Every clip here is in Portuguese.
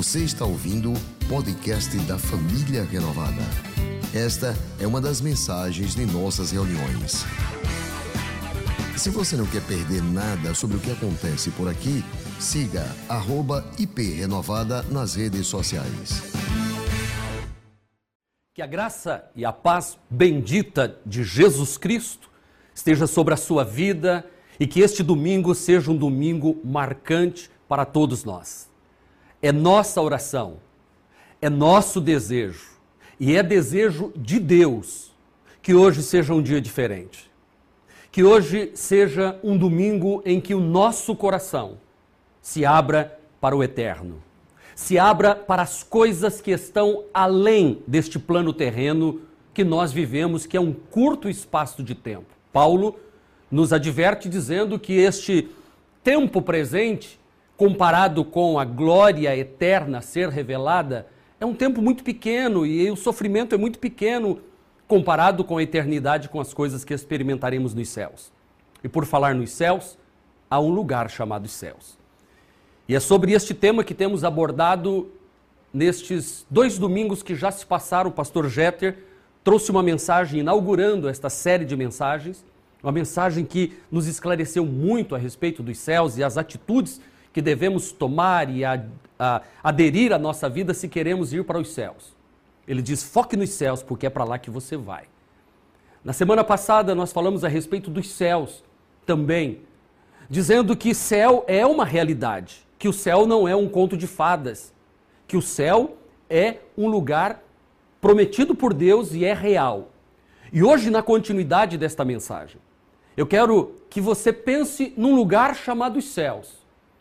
Você está ouvindo o podcast da Família Renovada. Esta é uma das mensagens de nossas reuniões. Se você não quer perder nada sobre o que acontece por aqui, siga @IPRenovada nas redes sociais. Que a graça e a paz bendita de Jesus Cristo esteja sobre a sua vida e que este domingo seja um domingo marcante para todos nós. É nossa oração, é nosso desejo e é desejo de Deus que hoje seja um dia diferente. Que hoje seja um domingo em que o nosso coração se abra para o eterno. Se abra para as coisas que estão além deste plano terreno que nós vivemos, que é um curto espaço de tempo. Paulo nos adverte dizendo que este tempo presente, comparado com a glória eterna a ser revelada, é um tempo muito pequeno e o sofrimento é muito pequeno comparado com a eternidade, com as coisas que experimentaremos nos céus. E por falar nos céus, há um lugar chamado céus. E é sobre este tema que temos abordado nestes 2 domingos que já se passaram. O pastor Jeter trouxe uma mensagem inaugurando esta série de mensagens, uma mensagem que nos esclareceu muito a respeito dos céus e as atitudes que devemos tomar e aderir à nossa vida se queremos ir para os céus. Ele diz, foque nos céus, porque é para lá que você vai. Na semana passada nós falamos a respeito dos céus também, dizendo que céu é uma realidade, que o céu não é um conto de fadas, que o céu é um lugar prometido por Deus e é real. E hoje, na continuidade desta mensagem, eu quero que você pense num lugar chamado os céus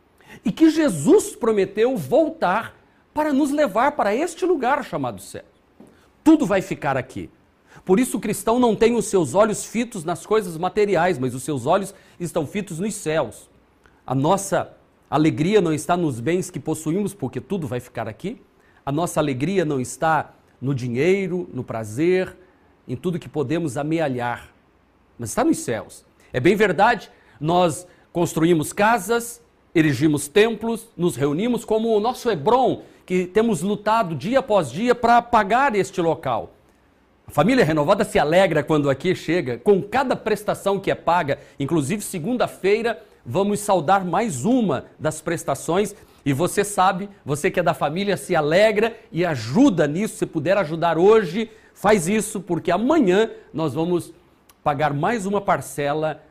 e que Jesus prometeu voltar para nos levar para este lugar chamado céu. Tudo vai ficar aqui. Por isso o cristão não tem os seus olhos fitos nas coisas materiais, mas os seus olhos estão fitos nos céus. A nossa alegria não está nos bens que possuímos, porque tudo vai ficar aqui. A nossa alegria não está no dinheiro, no prazer, em tudo que podemos amealhar, mas está nos céus. É bem verdade, nós construímos casas, erigimos templos, nos reunimos como o nosso Hebron, que temos lutado dia após dia para pagar este local. A Família Renovada se alegra quando aqui chega, com cada prestação que é paga, inclusive segunda-feira vamos saudar mais uma das prestações e você sabe, você que é da família se alegra e ajuda nisso, se puder ajudar hoje, faz isso, porque amanhã nós vamos pagar mais uma parcela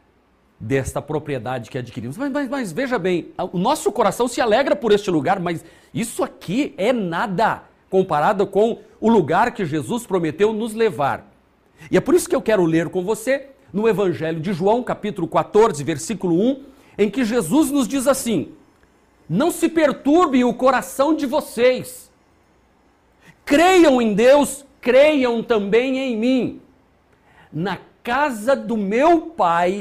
desta propriedade que adquirimos. Mas veja bem, o nosso coração se alegra por este lugar, mas isso aqui é nada comparado com o lugar que Jesus prometeu nos levar. E é por isso que eu quero ler com você no Evangelho de João, capítulo 14, versículo 1, em que Jesus nos diz assim, não se perturbe o coração de vocês. Creiam em Deus, creiam também em mim. Na casa do meu Pai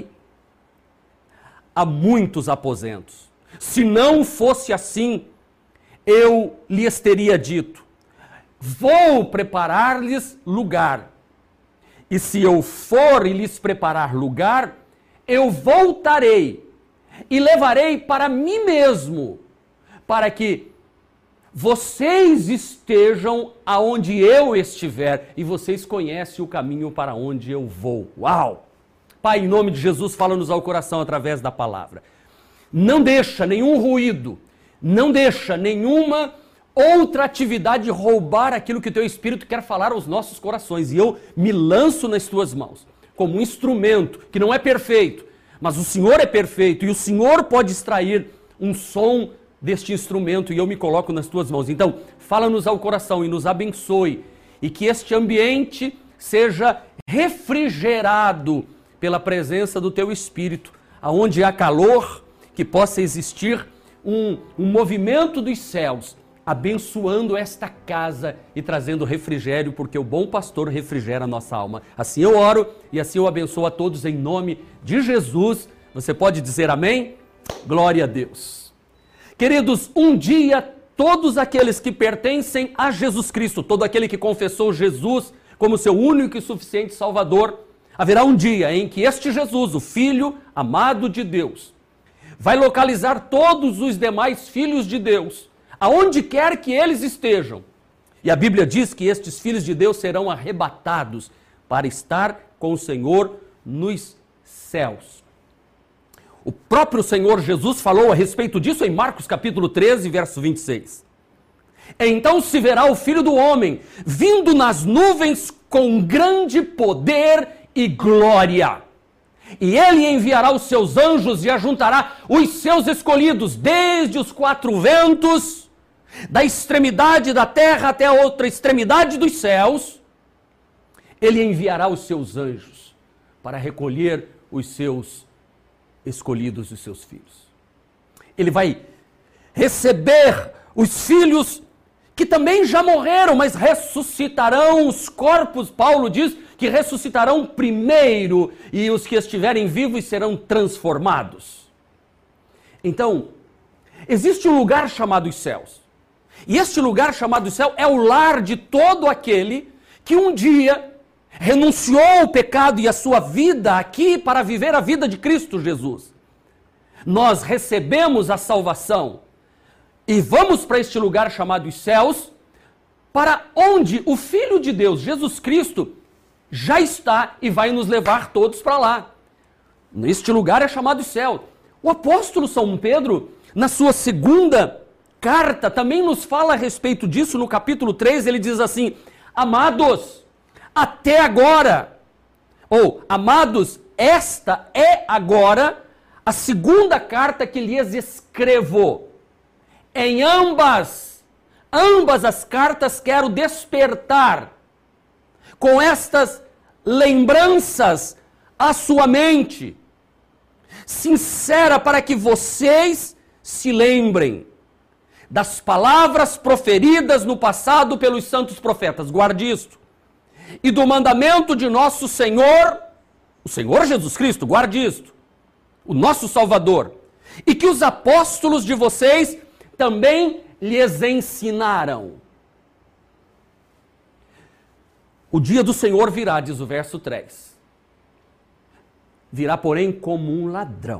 há muitos aposentos. Se não fosse assim, eu lhes teria dito, vou preparar-lhes lugar. E se eu for e lhes preparar lugar, eu voltarei e levarei para mim mesmo, para que vocês estejam aonde eu estiver e vocês conhecem o caminho para onde eu vou. Uau! Pai, em nome de Jesus, fala-nos ao coração através da palavra. Não deixa nenhum ruído, não deixa nenhuma outra atividade roubar aquilo que o teu Espírito quer falar aos nossos corações. E eu me lanço nas tuas mãos, como um instrumento que não é perfeito, mas o Senhor é perfeito e o Senhor pode extrair um som deste instrumento e eu me coloco nas tuas mãos. Então, fala-nos ao coração e nos abençoe e que este ambiente seja refrigerado pela presença do teu Espírito, aonde há calor, que possa existir um movimento dos céus, abençoando esta casa e trazendo refrigério, porque o bom pastor refrigera a nossa alma. Assim eu oro e assim eu abençoo a todos em nome de Jesus. Você pode dizer amém? Glória a Deus. Queridos, um dia todos aqueles que pertencem a Jesus Cristo, todo aquele que confessou Jesus como seu único e suficiente Salvador, haverá um dia em que este Jesus, o Filho amado de Deus, vai localizar todos os demais filhos de Deus aonde quer que eles estejam. E a Bíblia diz que estes filhos de Deus serão arrebatados para estar com o Senhor nos céus. O próprio Senhor Jesus falou a respeito disso em Marcos capítulo 13, verso 26. Então se verá o Filho do Homem vindo nas nuvens com grande poder e glória. E ele enviará os seus anjos e ajuntará os seus escolhidos desde os quatro ventos, da extremidade da terra até a outra extremidade dos céus. Ele enviará os seus anjos para recolher os seus escolhidos, os seus filhos. Ele vai receber os filhos que também já morreram, mas ressuscitarão os corpos. Paulo diz que ressuscitarão primeiro e os que estiverem vivos serão transformados. Então, existe um lugar chamado os céus. E este lugar chamado céu é o lar de todo aquele que um dia renunciou ao pecado e a sua vida aqui para viver a vida de Cristo Jesus. Nós recebemos a salvação e vamos para este lugar chamado os céus, para onde o Filho de Deus, Jesus Cristo, já está e vai nos levar todos para lá. Este lugar é chamado céu. O apóstolo São Pedro, na sua segunda carta, também nos fala a respeito disso. No capítulo 3, ele diz assim: amados, até agora, ou amados, esta é agora a segunda carta que lhes escrevo. Em ambas as cartas quero despertar com estas lembranças a sua mente sincera, para que vocês se lembrem das palavras proferidas no passado pelos santos profetas. Guarde isto. E do mandamento de nosso Senhor, o Senhor Jesus Cristo, guarde isto, o nosso Salvador, e que os apóstolos de vocês também lhes ensinaram. O dia do Senhor virá, diz o verso 3. Virá, porém, como um ladrão.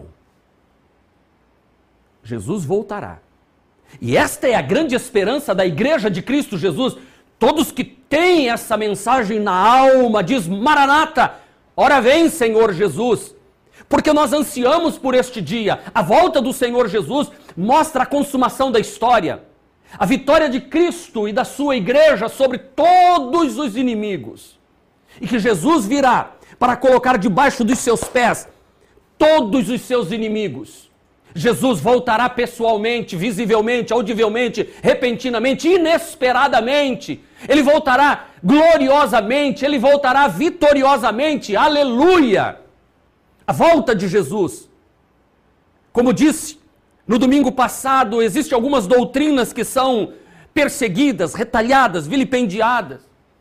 Jesus voltará. E esta é a grande esperança da Igreja de Cristo Jesus. Todos que têm essa mensagem na alma, diz: Maranata, ora vem, Senhor Jesus. Porque nós ansiamos por este dia. A volta do Senhor Jesus mostra a consumação da história. A vitória de Cristo e da sua igreja sobre todos os inimigos. E que Jesus virá para colocar debaixo dos seus pés todos os seus inimigos. Jesus voltará pessoalmente, visivelmente, audivelmente, repentinamente, inesperadamente. Ele voltará gloriosamente, ele voltará vitoriosamente. Aleluia! A volta de Jesus. Como disse no domingo passado, existem algumas doutrinas que são perseguidas, retalhadas, vilipendiadas.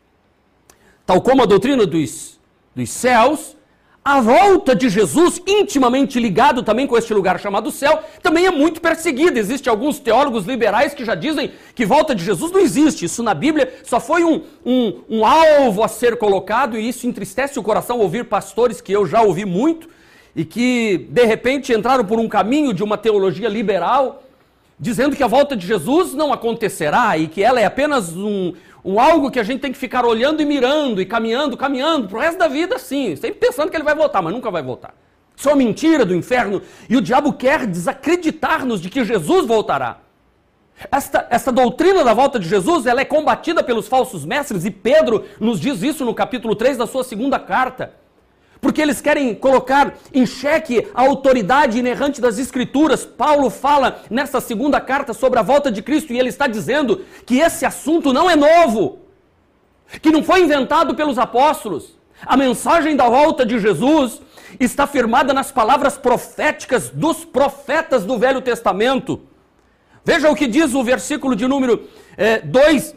Tal como a doutrina dos céus, a volta de Jesus, intimamente ligado também com este lugar chamado céu, também é muito perseguida. Existem alguns teólogos liberais que já dizem que volta de Jesus não existe. Isso na Bíblia só foi um alvo a ser colocado, e isso entristece o coração ouvir pastores que eu já ouvi muito, e que, de repente, entraram por um caminho de uma teologia liberal, dizendo que a volta de Jesus não acontecerá e que ela é apenas um algo que a gente tem que ficar olhando e mirando e caminhando pro resto da vida, sim, sempre pensando que ele vai voltar, mas nunca vai voltar. Isso é uma mentira do inferno, e o diabo quer desacreditar-nos de que Jesus voltará. Esta doutrina da volta de Jesus, ela é combatida pelos falsos mestres, e Pedro nos diz isso no capítulo 3 da sua segunda carta. Porque eles querem colocar em xeque a autoridade inerrante das Escrituras. Paulo fala nessa segunda carta sobre a volta de Cristo, e ele está dizendo que esse assunto não é novo, que não foi inventado pelos apóstolos. A mensagem da volta de Jesus está firmada nas palavras proféticas dos profetas do Velho Testamento. Veja o que diz o versículo de número 2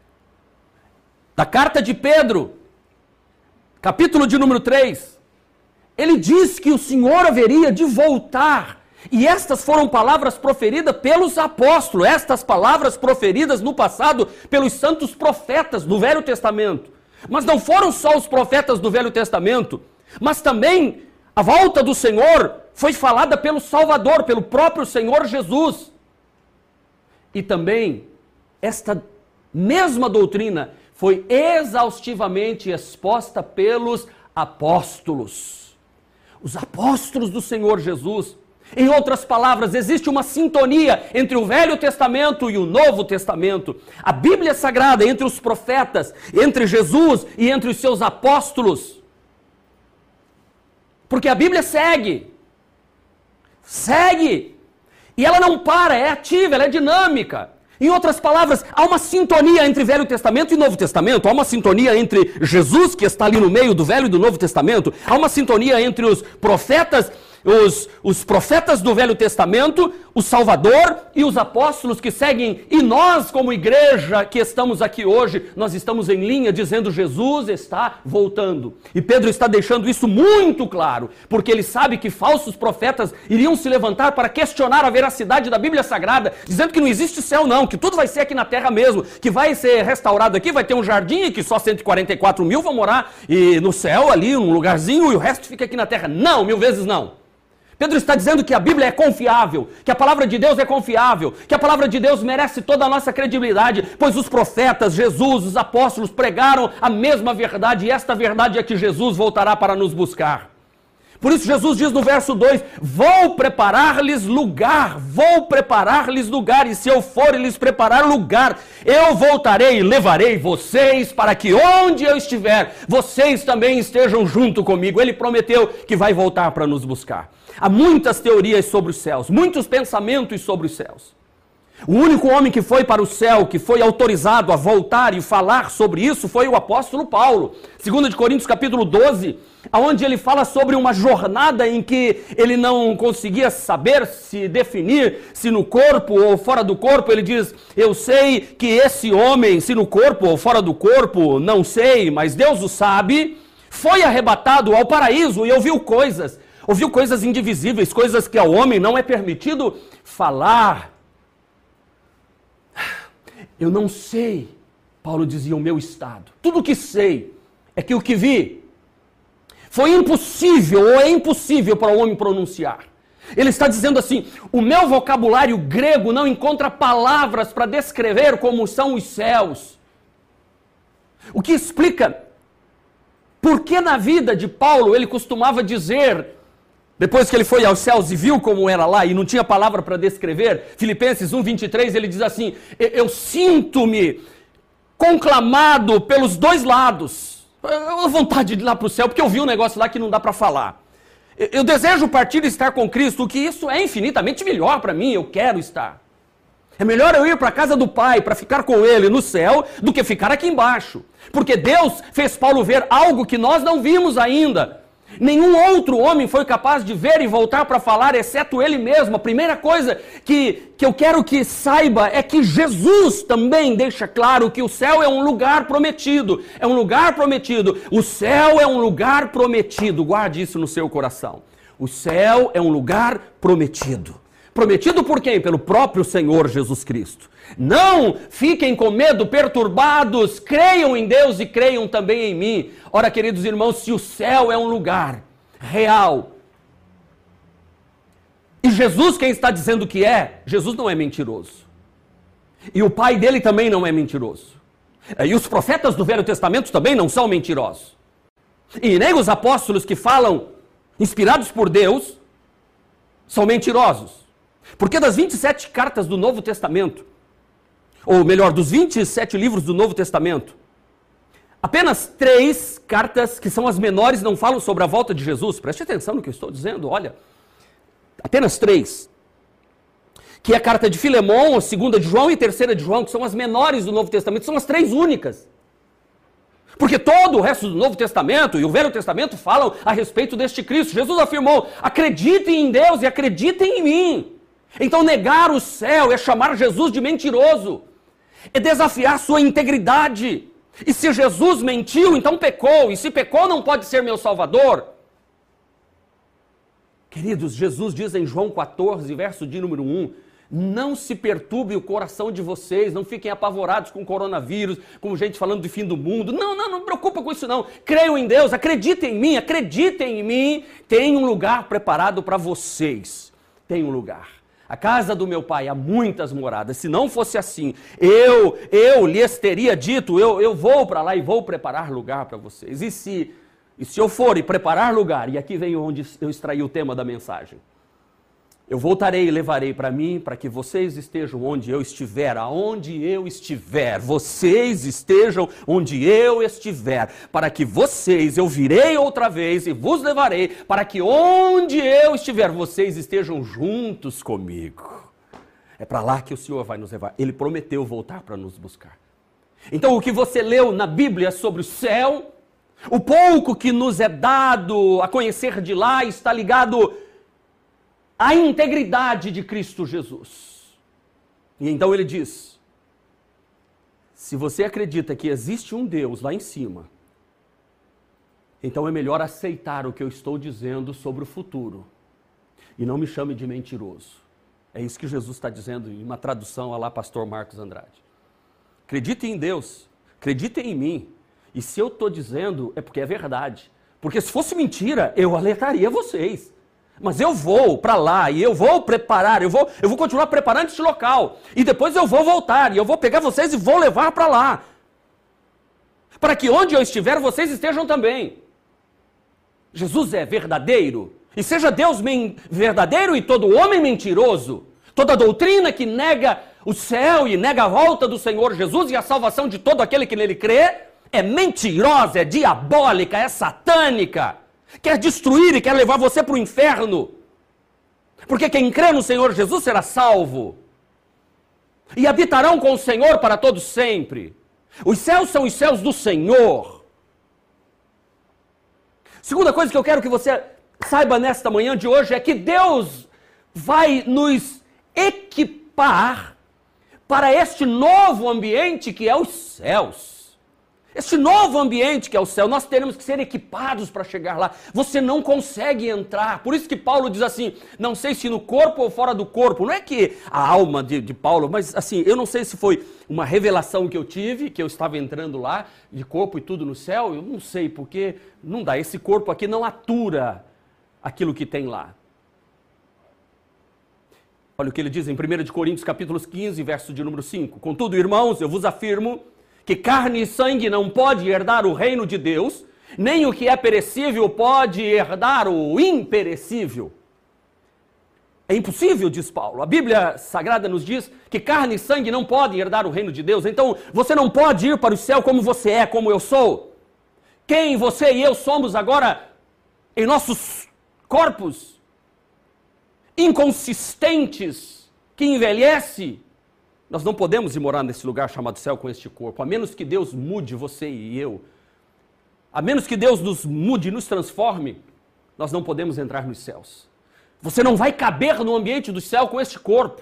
da carta de Pedro, capítulo de número 3, ele diz que o Senhor haveria de voltar. E estas foram palavras proferidas pelos apóstolos, estas palavras proferidas no passado pelos santos profetas do Velho Testamento. Mas não foram só os profetas do Velho Testamento, mas também a volta do Senhor foi falada pelo Salvador, pelo próprio Senhor Jesus. E também, esta mesma doutrina foi exaustivamente exposta pelos apóstolos. Os apóstolos do Senhor Jesus. Em outras palavras, existe uma sintonia entre o Velho Testamento e o Novo Testamento. A Bíblia Sagrada, entre os profetas, entre Jesus e entre os seus apóstolos. Porque a Bíblia segue. E ela não para, é ativa, ela é dinâmica. Em outras palavras, há uma sintonia entre Velho Testamento e Novo Testamento. Há uma sintonia entre Jesus, que está ali no meio do Velho e do Novo Testamento. Há uma sintonia entre os profetas, os profetas do Velho Testamento, o Salvador e os apóstolos que seguem. E nós, como igreja que estamos aqui hoje, nós estamos em linha dizendo: Jesus está voltando. E Pedro está deixando isso muito claro, porque ele sabe que falsos profetas iriam se levantar para questionar a veracidade da Bíblia Sagrada, dizendo que não existe céu não, que tudo vai ser aqui na terra mesmo, que vai ser restaurado aqui, vai ter um jardim e que só 144 mil vão morar e no céu ali, num lugarzinho, e o resto fica aqui na terra. Não, 1000 vezes não. Pedro está dizendo que a Bíblia é confiável, que a palavra de Deus é confiável, que a palavra de Deus merece toda a nossa credibilidade, pois os profetas, Jesus, os apóstolos pregaram a mesma verdade, e esta verdade é que Jesus voltará para nos buscar. Por isso Jesus diz no verso 2, vou preparar-lhes lugar, e se eu for e lhes preparar lugar, eu voltarei e levarei vocês para que onde eu estiver, vocês também estejam junto comigo. Ele prometeu que vai voltar para nos buscar. Há muitas teorias sobre os céus, muitos pensamentos sobre os céus. O único homem que foi para o céu, que foi autorizado a voltar e falar sobre isso, foi o apóstolo Paulo. 2 Coríntios capítulo 12, onde ele fala sobre uma jornada em que ele não conseguia saber se definir, se no corpo ou fora do corpo. Ele diz, eu sei que esse homem, se no corpo ou fora do corpo, não sei, mas Deus o sabe, foi arrebatado ao paraíso e ouviu coisas indivisíveis, coisas que ao homem não é permitido falar. Eu não sei, Paulo dizia, o meu estado. Tudo o que sei é que o que vi foi impossível ou é impossível para o homem pronunciar. Ele está dizendo assim, o meu vocabulário grego não encontra palavras para descrever como são os céus. O que explica por que na vida de Paulo ele costumava dizer, depois que ele foi aos céus e viu como era lá e não tinha palavra para descrever, Filipenses 1:23, ele diz assim, eu sinto-me conclamado pelos dois lados. Eu vontade de ir lá para o céu, porque eu vi um negócio lá que não dá para falar. Eu desejo partir e estar com Cristo, que isso é infinitamente melhor para mim, eu quero estar. É melhor eu ir para a casa do Pai, para ficar com Ele no céu, do que ficar aqui embaixo. Porque Deus fez Paulo ver algo que nós não vimos ainda. Nenhum outro homem foi capaz de ver e voltar para falar, exceto ele mesmo. A primeira coisa que eu quero que saiba é que Jesus também deixa claro que o céu é um lugar prometido. É um lugar prometido. O céu é um lugar prometido. Guarde isso no seu coração. O céu é um lugar prometido. Prometido por quem? Pelo próprio Senhor Jesus Cristo. Não fiquem com medo, perturbados, creiam em Deus e creiam também em mim. Ora, queridos irmãos, se o céu é um lugar real, e Jesus quem está dizendo que é, Jesus não é mentiroso. E o pai dele também não é mentiroso. E os profetas do Velho Testamento também não são mentirosos. E nem os apóstolos que falam inspirados por Deus são mentirosos. Porque das 27 cartas do Novo Testamento, ou melhor, dos 27 livros do Novo Testamento, apenas 3 cartas, que são as menores, não falam sobre a volta de Jesus. Preste atenção no que eu estou dizendo, olha. Apenas 3. Que é a carta de Filemão, a 2ª de João e a 3ª de João, que são as menores do Novo Testamento, são as 3 únicas. Porque todo o resto do Novo Testamento e o Velho Testamento falam a respeito deste Cristo. Jesus afirmou, acreditem em Deus e acreditem em mim. Então negar o céu é chamar Jesus de mentiroso. É desafiar sua integridade. E se Jesus mentiu, então pecou. E se pecou, não pode ser meu Salvador. Queridos, Jesus diz em João 14, verso de número 1, não se perturbe o coração de vocês, não fiquem apavorados com o coronavírus, com gente falando do fim do mundo. Não preocupa com isso não. Creiam em Deus, acreditem em mim. Tem um lugar preparado para vocês. Tem um lugar. A casa do meu pai há muitas moradas. Se não fosse assim, eu lhes teria dito, eu vou para lá e vou preparar lugar para vocês. E se eu for e preparar lugar, e aqui vem onde eu extraí o tema da mensagem. Eu voltarei e levarei para mim, para que vocês estejam onde eu estiver, aonde eu estiver. Vocês estejam onde eu estiver, para que vocês, eu virei outra vez e vos levarei, para que onde eu estiver, vocês estejam juntos comigo. É para lá que o Senhor vai nos levar. Ele prometeu voltar para nos buscar. Então o que você leu na Bíblia sobre o céu, o pouco que nos é dado a conhecer de lá está ligado à integridade de Cristo Jesus. E então ele diz, se você acredita que existe um Deus lá em cima, então é melhor aceitar o que eu estou dizendo sobre o futuro. E não me chame de mentiroso. É isso que Jesus está dizendo em uma tradução a lá pastor Marcos Andrade. Acredite em Deus, acredite em mim. E se eu estou dizendo, é porque é verdade. Porque se fosse mentira, eu alertaria vocês. Mas eu vou para lá e eu vou preparar, eu vou continuar preparando este local. E depois eu vou voltar e eu vou pegar vocês e vou levar para lá. Para que onde eu estiver, vocês estejam também. Jesus é verdadeiro. E seja Deus verdadeiro e todo homem mentiroso. Toda doutrina que nega o céu e nega a volta do Senhor Jesus e a salvação de todo aquele que nele crê, é mentirosa, é diabólica, é satânica. Quer destruir e quer levar você para o inferno. Porque quem crê no Senhor Jesus será salvo. E habitarão com o Senhor para todos sempre. Os céus são os céus do Senhor. Segunda coisa que eu quero que você saiba nesta manhã de hoje é que Deus vai nos equipar para este novo ambiente que é os céus. Este novo ambiente que é o céu, nós teremos que ser equipados para chegar lá. Você não consegue entrar. Por isso que Paulo diz assim, não sei se no corpo ou fora do corpo. Não é que a alma de Paulo, mas assim, eu não sei se foi uma revelação que eu tive, que eu estava entrando lá, de corpo e tudo no céu. Eu não sei, porque não dá. Esse corpo aqui não atura aquilo que tem lá. Olha o que ele diz em 1 Coríntios capítulo 15, verso de número 5. Contudo, irmãos, eu vos afirmo que carne e sangue não pode herdar o reino de Deus, nem o que é perecível pode herdar o imperecível. É impossível, diz Paulo. A Bíblia Sagrada nos diz que carne e sangue não podem herdar o reino de Deus. Então, você não pode ir para o céu como você é, como eu sou. Quem você e eu somos agora em nossos corpos inconsistentes, que envelhece. Nós não podemos ir morar nesse lugar chamado céu com este corpo, a menos que Deus mude você e eu. A menos que Deus nos mude e nos transforme, nós não podemos entrar nos céus. Você não vai caber no ambiente do céu com este corpo.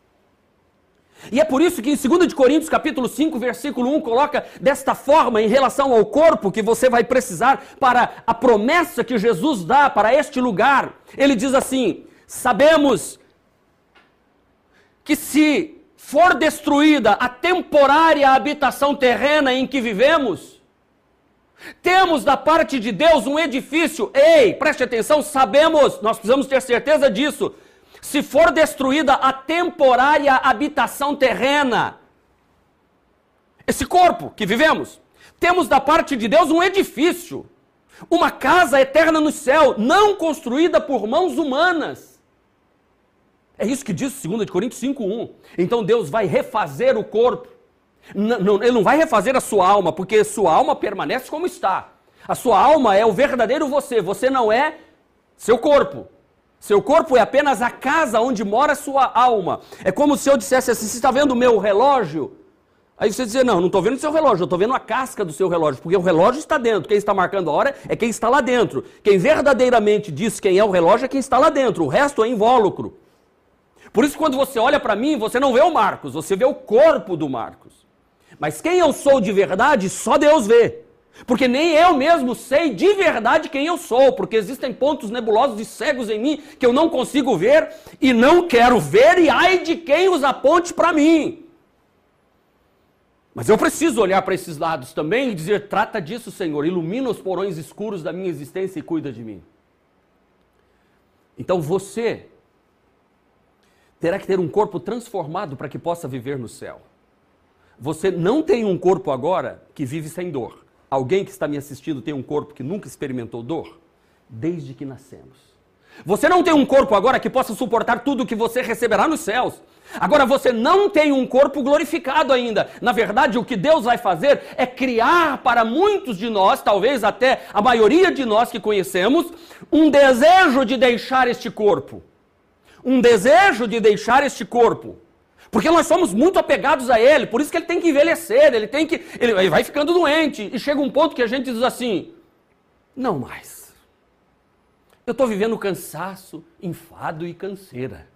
E é por isso que em 2 Coríntios capítulo 5, versículo 1, coloca desta forma em relação ao corpo que você vai precisar para a promessa que Jesus dá para este lugar. Ele diz assim, sabemos que se for destruída a temporária habitação terrena em que vivemos, temos da parte de Deus um edifício. Ei, preste atenção, sabemos, nós precisamos ter certeza disso. Se for destruída a temporária habitação terrena, esse corpo que vivemos, temos da parte de Deus um edifício, uma casa eterna no céu, não construída por mãos humanas. É isso que diz 2 Coríntios 5:1. Então Deus vai refazer o corpo. Ele não vai refazer a sua alma, porque sua alma permanece como está. A sua alma é o verdadeiro você. Você não é seu corpo. Seu corpo é apenas a casa onde mora a sua alma. É como se eu dissesse assim, você está vendo o meu relógio? Aí você diz, não estou vendo o seu relógio, eu estou vendo a casca do seu relógio, porque o relógio está dentro. Quem está marcando a hora é quem está lá dentro. Quem verdadeiramente diz quem é o relógio é quem está lá dentro. O resto é invólucro. Por isso, quando você olha para mim, você não vê o Marcos, você vê o corpo do Marcos. Mas quem eu sou de verdade, só Deus vê. Porque nem eu mesmo sei de verdade quem eu sou, porque existem pontos nebulosos e cegos em mim que eu não consigo ver e não quero ver, e ai de quem os aponte para mim. Mas eu preciso olhar para esses lados também e dizer, trata disso, Senhor, ilumina os porões escuros da minha existência e cuida de mim. Então você terá que ter um corpo transformado para que possa viver no céu. Você não tem um corpo agora que vive sem dor. Alguém que está me assistindo tem um corpo que nunca experimentou dor? Desde que nascemos. Você não tem um corpo agora que possa suportar tudo que você receberá nos céus. Agora você não tem um corpo glorificado ainda. Na verdade, o que Deus vai fazer é criar para muitos de nós, talvez até a maioria de nós que conhecemos, um desejo de deixar este corpo. Um desejo de deixar este corpo. Porque nós somos muito apegados a ele, por isso que ele tem que envelhecer, ele vai ficando doente. E chega um ponto que a gente diz assim, não mais. Eu estou vivendo cansaço, enfado e canseira.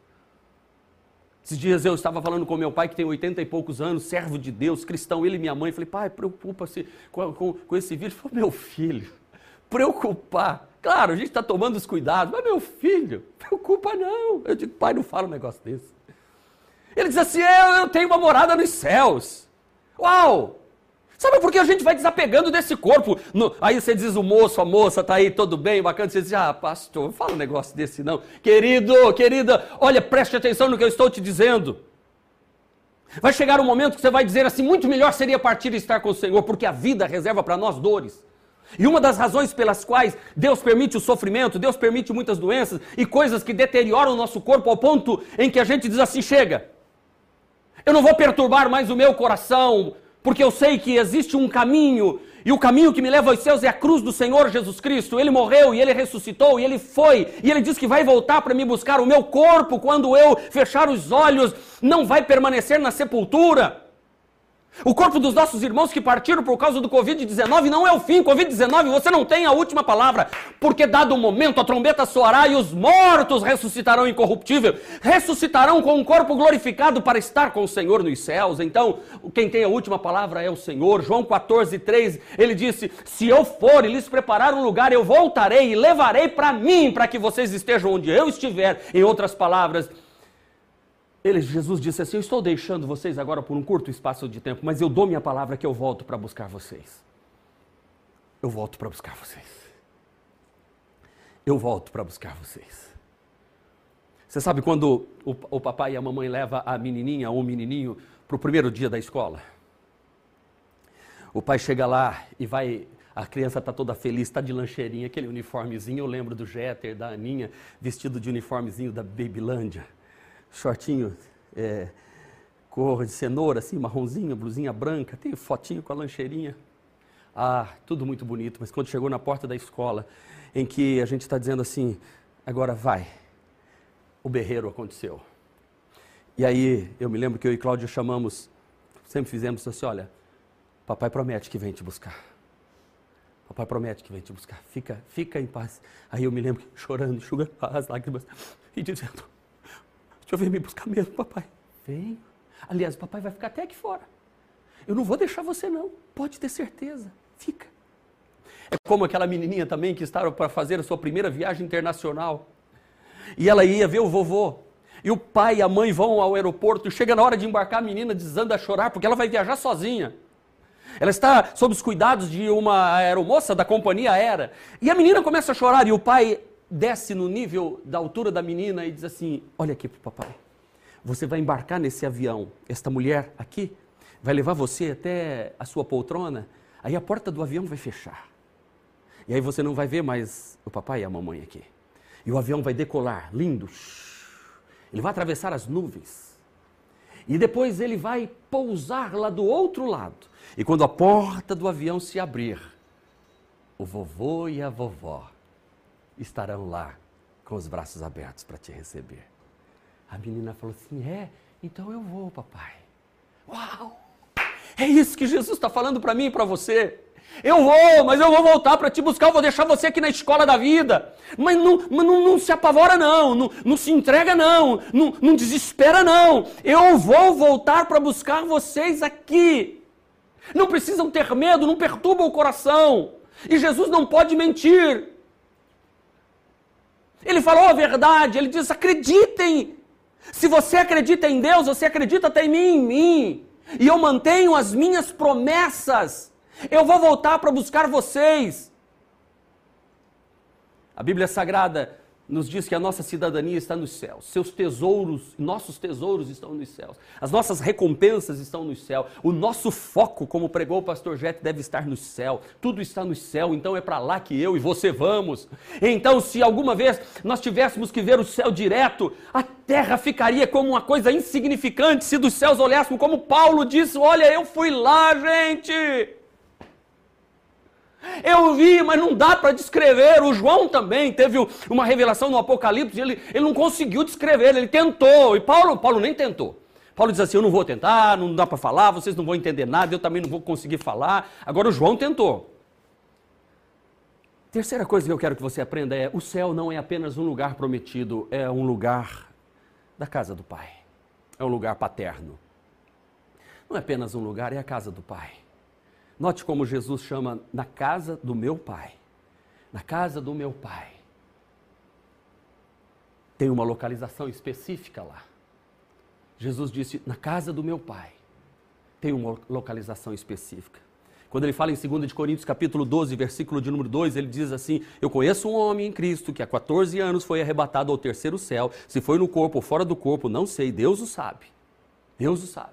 Esses dias eu estava falando com meu pai, que tem 80 e poucos anos, servo de Deus, cristão, ele e minha mãe. Falei, pai, preocupa-se com esse vírus. Ele falou, meu filho, preocupar. Claro, a gente está tomando os cuidados, mas meu filho, preocupa não. Eu digo, pai, não fala um negócio desse. Ele diz assim, eu tenho uma morada nos céus. Uau! Sabe por que a gente vai desapegando desse corpo? Aí você diz, o moço, a moça, tá aí, tudo bem, bacana. Você diz, pastor, não fala um negócio desse não. Querida, olha, preste atenção no que eu estou te dizendo. Vai chegar um momento que você vai dizer assim, muito melhor seria partir e estar com o Senhor, porque a vida reserva para nós dores. E uma das razões pelas quais Deus permite o sofrimento, Deus permite muitas doenças e coisas que deterioram o nosso corpo ao ponto em que a gente diz assim, chega, eu não vou perturbar mais o meu coração, porque eu sei que existe um caminho, e o caminho que me leva aos céus é a cruz do Senhor Jesus Cristo. Ele morreu, e Ele ressuscitou, e Ele foi, e Ele diz que vai voltar para me buscar. O meu corpo, quando eu fechar os olhos, não vai permanecer na sepultura. O corpo dos nossos irmãos que partiram por causa do Covid-19 não é o fim. Covid-19, você não tem a última palavra, porque dado o momento a trombeta soará e os mortos ressuscitarão incorruptível, ressuscitarão com um corpo glorificado para estar com o Senhor nos céus. Então, quem tem a última palavra é o Senhor. João 14:3, ele disse, se eu for e lhes preparar um lugar, eu voltarei e levarei para mim, para que vocês estejam onde eu estiver. Em outras palavras, Jesus disse assim, eu estou deixando vocês agora por um curto espaço de tempo, mas eu dou minha palavra que eu volto para buscar vocês. Eu volto para buscar vocês. Eu volto para buscar vocês. Você sabe quando o papai e a mamãe levam a menininha ou o menininho para o primeiro dia da escola? O pai chega lá e a criança está toda feliz, está de lancheirinha, aquele uniformezinho, eu lembro do Jeter, da Aninha, vestido de uniformezinho da Babylândia. Shortinho, cor de cenoura, assim, marronzinho, blusinha branca, tem fotinho com a lancheirinha. Tudo muito bonito, mas quando chegou na porta da escola, em que a gente está dizendo assim, agora vai, o berreiro aconteceu. E aí, eu me lembro que eu e Cláudia sempre fizemos assim, olha, papai promete que vem te buscar. Papai promete que vem te buscar, fica em paz. Aí eu me lembro chorando, enxugando as lágrimas e dizendo, o senhor vem me buscar mesmo, papai? Vem. Aliás, o papai vai ficar até aqui fora. Eu não vou deixar você não, pode ter certeza. Fica. É como aquela menininha também que estava para fazer a sua primeira viagem internacional. E ela ia ver o vovô. E o pai e a mãe vão ao aeroporto e chega na hora de embarcar, a menina desanda a chorar porque ela vai viajar sozinha. Ela está sob os cuidados de uma aeromoça da companhia aérea. E a menina começa a chorar e o pai desce no nível da altura da menina e diz assim, olha aqui pro papai, você vai embarcar nesse avião, esta mulher aqui vai levar você até a sua poltrona, aí a porta do avião vai fechar. E aí você não vai ver mais o papai e a mamãe aqui. E o avião vai decolar, lindo. Ele vai atravessar as nuvens. E depois ele vai pousar lá do outro lado. E quando a porta do avião se abrir, o vovô e a vovó estarão lá com os braços abertos para te receber. A menina falou assim, então eu vou, papai. Uau! É isso que Jesus está falando para mim e para você. Eu vou, mas eu vou voltar para te buscar, eu vou deixar você aqui na escola da vida. Mas não se apavora não se entrega não desespera não. Eu vou voltar para buscar vocês aqui. Não precisam ter medo, não perturba o coração. E Jesus não pode mentir. Ele falou a verdade, ele diz, acreditem. Se você acredita em Deus, você acredita também em mim. E eu mantenho as minhas promessas. Eu vou voltar para buscar vocês. A Bíblia Sagrada nos diz que a nossa cidadania está nos céus, seus tesouros, nossos tesouros estão nos céus, as nossas recompensas estão no céu, o nosso foco, como pregou o pastor Jete, deve estar no céu, tudo está no céu, então é para lá que eu e você vamos. Então, se alguma vez nós tivéssemos que ver o céu direto, a terra ficaria como uma coisa insignificante se dos céus olhássemos, como Paulo disse, olha, eu fui lá, gente. Eu vi, mas não dá para descrever. O João também teve uma revelação no Apocalipse, ele não conseguiu descrever, ele tentou. E Paulo nem tentou. Paulo diz assim, eu não vou tentar, não dá para falar, vocês não vão entender nada, eu também não vou conseguir falar. Agora o João tentou. Terceira coisa que eu quero que você aprenda é, o céu não é apenas um lugar prometido, é um lugar da casa do Pai. É um lugar paterno. Não é apenas um lugar, é a casa do Pai. Note como Jesus chama na casa do meu Pai. Na casa do meu Pai. Tem uma localização específica lá. Jesus disse, na casa do meu Pai. Tem uma localização específica. Quando ele fala em 2 Coríntios capítulo 12, versículo de número 2, ele diz assim, eu conheço um homem em Cristo que há 14 anos foi arrebatado ao terceiro céu. Se foi no corpo ou fora do corpo, não sei, Deus o sabe. Deus o sabe.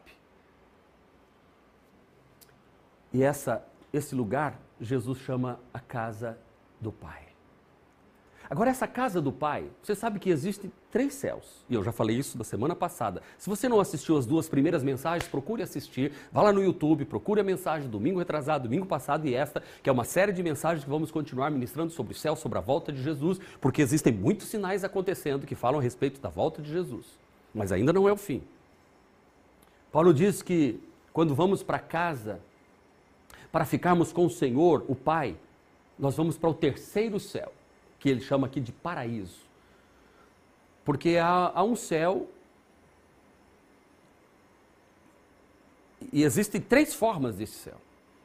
E esse lugar, Jesus chama a casa do Pai. Agora, essa casa do Pai, você sabe que existem 3 céus. E eu já falei isso da semana passada. Se você não assistiu as 2 primeiras mensagens, procure assistir. Vá lá no YouTube, procure a mensagem domingo retrasado, domingo passado e esta, que é uma série de mensagens que vamos continuar ministrando sobre o céu, sobre a volta de Jesus, porque existem muitos sinais acontecendo que falam a respeito da volta de Jesus. Mas ainda não é o fim. Paulo diz que quando vamos para casa, para ficarmos com o Senhor, o Pai, nós vamos para o terceiro céu, que ele chama aqui de paraíso. Porque há um céu, e existem 3 formas desse céu.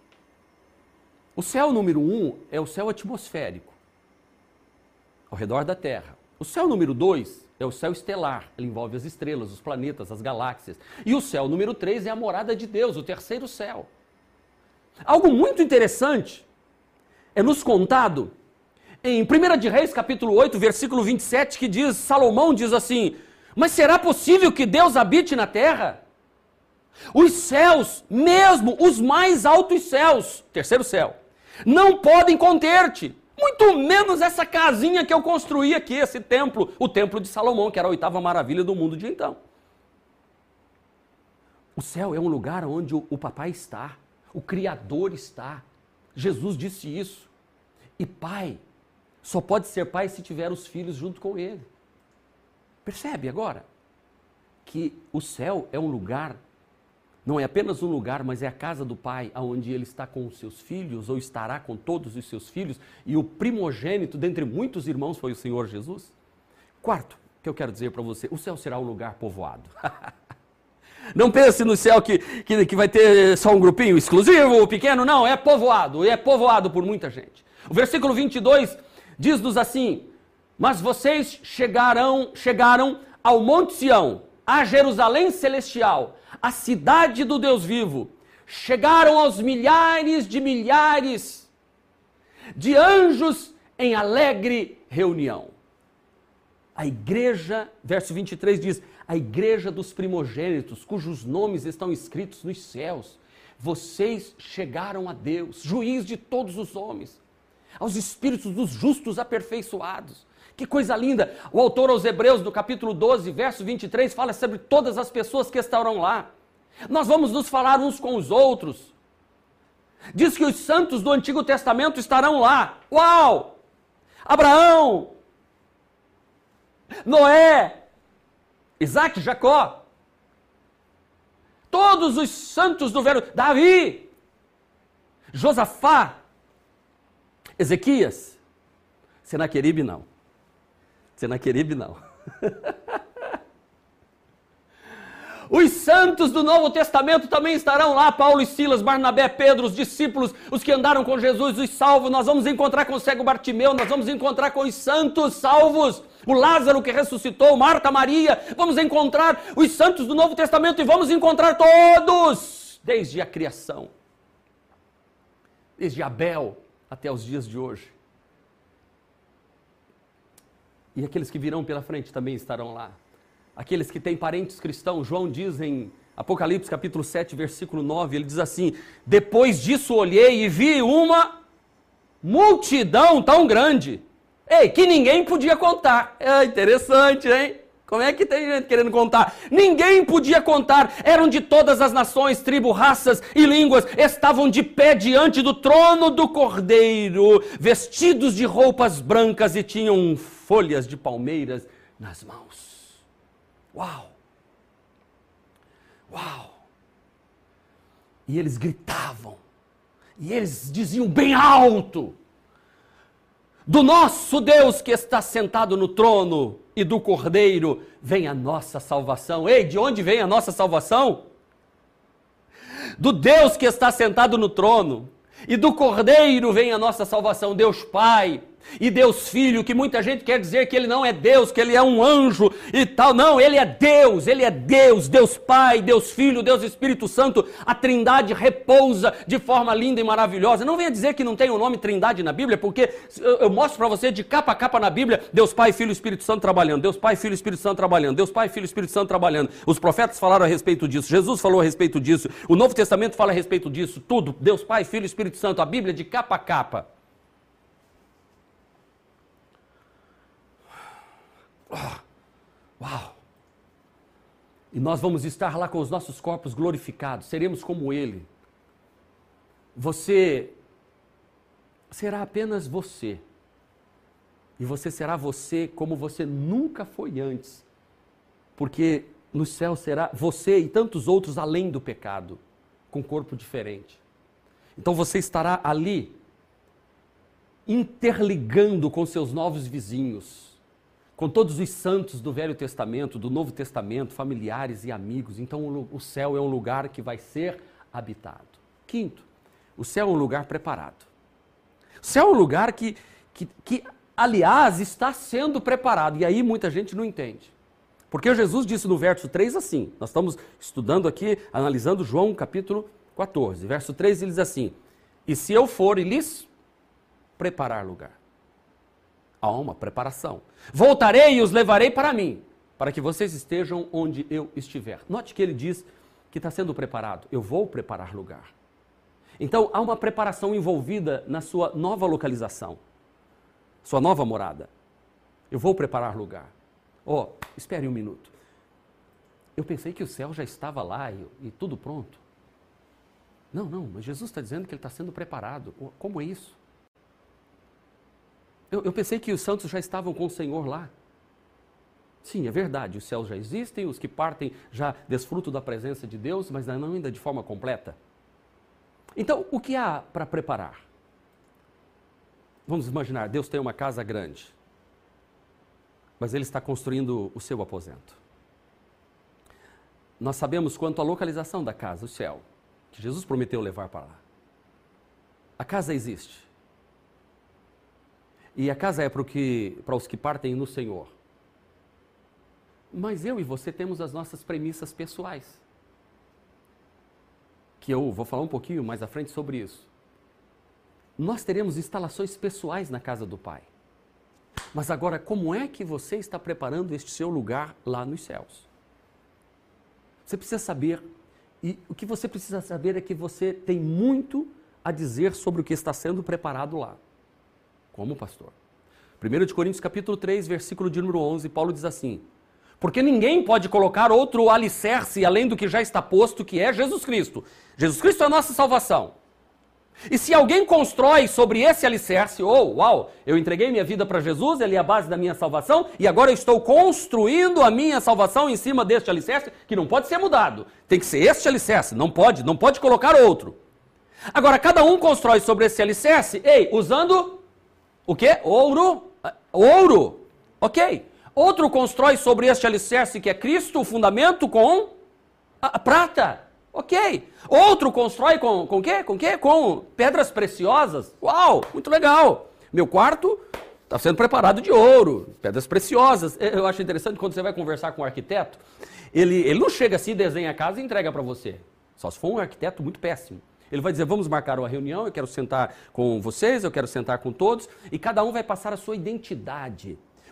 O céu número 1 é o céu atmosférico, ao redor da Terra. O céu número 2 é o céu estelar, ele envolve as estrelas, os planetas, as galáxias. E o céu número 3 é a morada de Deus, o terceiro céu. Algo muito interessante é nos contado em 1 de Reis, capítulo 8, versículo 27, que diz, Salomão diz assim, mas será possível que Deus habite na terra? Os céus, mesmo os mais altos céus, terceiro céu, não podem conter-te, muito menos essa casinha que eu construí aqui, esse templo, o templo de Salomão, que era a 8ª maravilha do mundo de então. O céu é um lugar onde o papai está. O Criador está. Jesus disse isso. E pai só pode ser pai se tiver os filhos junto com ele. Percebe agora? Que o céu é um lugar, não é apenas um lugar, mas é a casa do Pai, onde ele está com os seus filhos, ou estará com todos os seus filhos, e o primogênito dentre muitos irmãos foi o Senhor Jesus. Quarto, que eu quero dizer para você, o céu será um lugar povoado. Não pense no céu que vai ter só um grupinho exclusivo, pequeno, não, é povoado por muita gente. O versículo 22 diz-nos assim, mas vocês chegaram ao Monte Sião, a Jerusalém celestial, a cidade do Deus vivo, chegaram aos milhares de anjos em alegre reunião. A igreja, verso 23 diz, a igreja dos primogênitos, cujos nomes estão escritos nos céus. Vocês chegaram a Deus, juiz de todos os homens, aos espíritos dos justos aperfeiçoados. Que coisa linda! O autor aos Hebreus, no capítulo 12, verso 23, fala sobre todas as pessoas que estarão lá. Nós vamos nos falar uns com os outros. Diz que os santos do Antigo Testamento estarão lá. Uau! Abraão, Noé, Isaac, Jacó, todos os santos do Velho, Davi, Josafá, Ezequias, Senaqueribe não. Os santos do Novo Testamento também estarão lá, Paulo e Silas, Barnabé, Pedro, os discípulos, os que andaram com Jesus, os salvos. Nós vamos encontrar com o cego Bartimeu, nós vamos encontrar com os santos salvos, o Lázaro que ressuscitou, Marta, Maria. Vamos encontrar os santos do Novo Testamento e vamos encontrar todos, desde a criação, desde Abel até os dias de hoje. E aqueles que virão pela frente também estarão lá. Aqueles que têm parentes cristãos, João diz em Apocalipse capítulo 7, versículo 9, ele diz assim: depois disso olhei e vi uma multidão tão grande, que ninguém podia contar. É interessante, hein? Como é que tem gente querendo contar? Ninguém podia contar. Eram de todas as nações, tribos, raças e línguas. Estavam de pé diante do trono do Cordeiro, vestidos de roupas brancas e tinham folhas de palmeiras nas mãos. Uau! Uau! E eles gritavam. E eles diziam bem alto: do nosso Deus que está sentado no trono e do Cordeiro vem a nossa salvação. Ei, de onde vem a nossa salvação? Do Deus que está sentado no trono e do Cordeiro vem a nossa salvação. Deus Pai e Deus Filho, que muita gente quer dizer que ele não é Deus, que ele é um anjo e tal. Não, ele é Deus, Deus Pai, Deus Filho, Deus Espírito Santo. A Trindade repousa de forma linda e maravilhosa. Não venha dizer que não tem o nome Trindade na Bíblia, porque eu mostro para você de capa a capa na Bíblia, Deus Pai, Filho e Espírito Santo trabalhando, Deus Pai, Filho e Espírito Santo trabalhando, Deus Pai, Filho e Espírito Santo trabalhando. Os profetas falaram a respeito disso, Jesus falou a respeito disso, o Novo Testamento fala a respeito disso, tudo, Deus Pai, Filho e Espírito Santo, a Bíblia de capa a capa. Uau! E nós vamos estar lá com os nossos corpos glorificados, seremos como Ele. Você será apenas você. E você será você como você nunca foi antes. Porque no céu será você e tantos outros além do pecado, com corpo diferente. Então você estará ali, interligando com seus novos vizinhos, com todos os santos do Velho Testamento, do Novo Testamento, familiares e amigos. Então o céu é um lugar que vai ser habitado. Quinto, o céu é um lugar preparado. O céu é um lugar que aliás, está sendo preparado. E aí muita gente não entende. Porque Jesus disse no verso 3 assim, nós estamos estudando aqui, analisando João capítulo 14. Verso 3 ele diz assim: e se eu for e lhes preparar lugar. Há uma preparação. Voltarei e os levarei para mim, para que vocês estejam onde eu estiver. Note que ele diz que está sendo preparado. Eu vou preparar lugar. Então, há uma preparação envolvida na sua nova localização, sua nova morada. Eu vou preparar lugar. Espere um minuto. Eu pensei que o céu já estava lá e tudo pronto. Não, mas Jesus está dizendo que ele está sendo preparado. Como é isso? Eu pensei que os santos já estavam com o Senhor lá. Sim, é verdade, os céus já existem, os que partem já desfrutam da presença de Deus, mas não ainda de forma completa. Então, o que há para preparar? Vamos imaginar, Deus tem uma casa grande, mas Ele está construindo o seu aposento. Nós sabemos quanto à localização da casa, o céu, que Jesus prometeu levar para lá. A casa existe. E a casa é para os que partem no Senhor. Mas eu e você temos as nossas premissas pessoais. Que eu vou falar um pouquinho mais à frente sobre isso. Nós teremos instalações pessoais na casa do Pai. Mas agora, como é que você está preparando este seu lugar lá nos céus? Você precisa saber, e o que você precisa saber é que você tem muito a dizer sobre o que está sendo preparado lá. Como, pastor? 1 Coríntios capítulo 3, versículo de número 11, Paulo diz assim: porque ninguém pode colocar outro alicerce além do que já está posto, que é Jesus Cristo. Jesus Cristo é a nossa salvação. E se alguém constrói sobre esse alicerce, eu entreguei minha vida para Jesus, ele é a base da minha salvação, e agora eu estou construindo a minha salvação em cima deste alicerce, que não pode ser mudado. Tem que ser este alicerce, não pode colocar outro. Agora, cada um constrói sobre esse alicerce, usando o quê? Ouro. Ok. Outro constrói sobre este alicerce que é Cristo, o fundamento, com a prata. Ok. Outro constrói com o quê? Com o quê? Com pedras preciosas. Uau, muito legal. Meu quarto está sendo preparado de ouro, pedras preciosas. Eu acho interessante quando você vai conversar com um arquiteto, ele não chega assim, desenha a casa e entrega para você. Só se for um arquiteto muito péssimo. Ele vai dizer, vamos marcar uma reunião, eu quero sentar com vocês, eu quero sentar com todos, e cada um vai passar a sua identidade.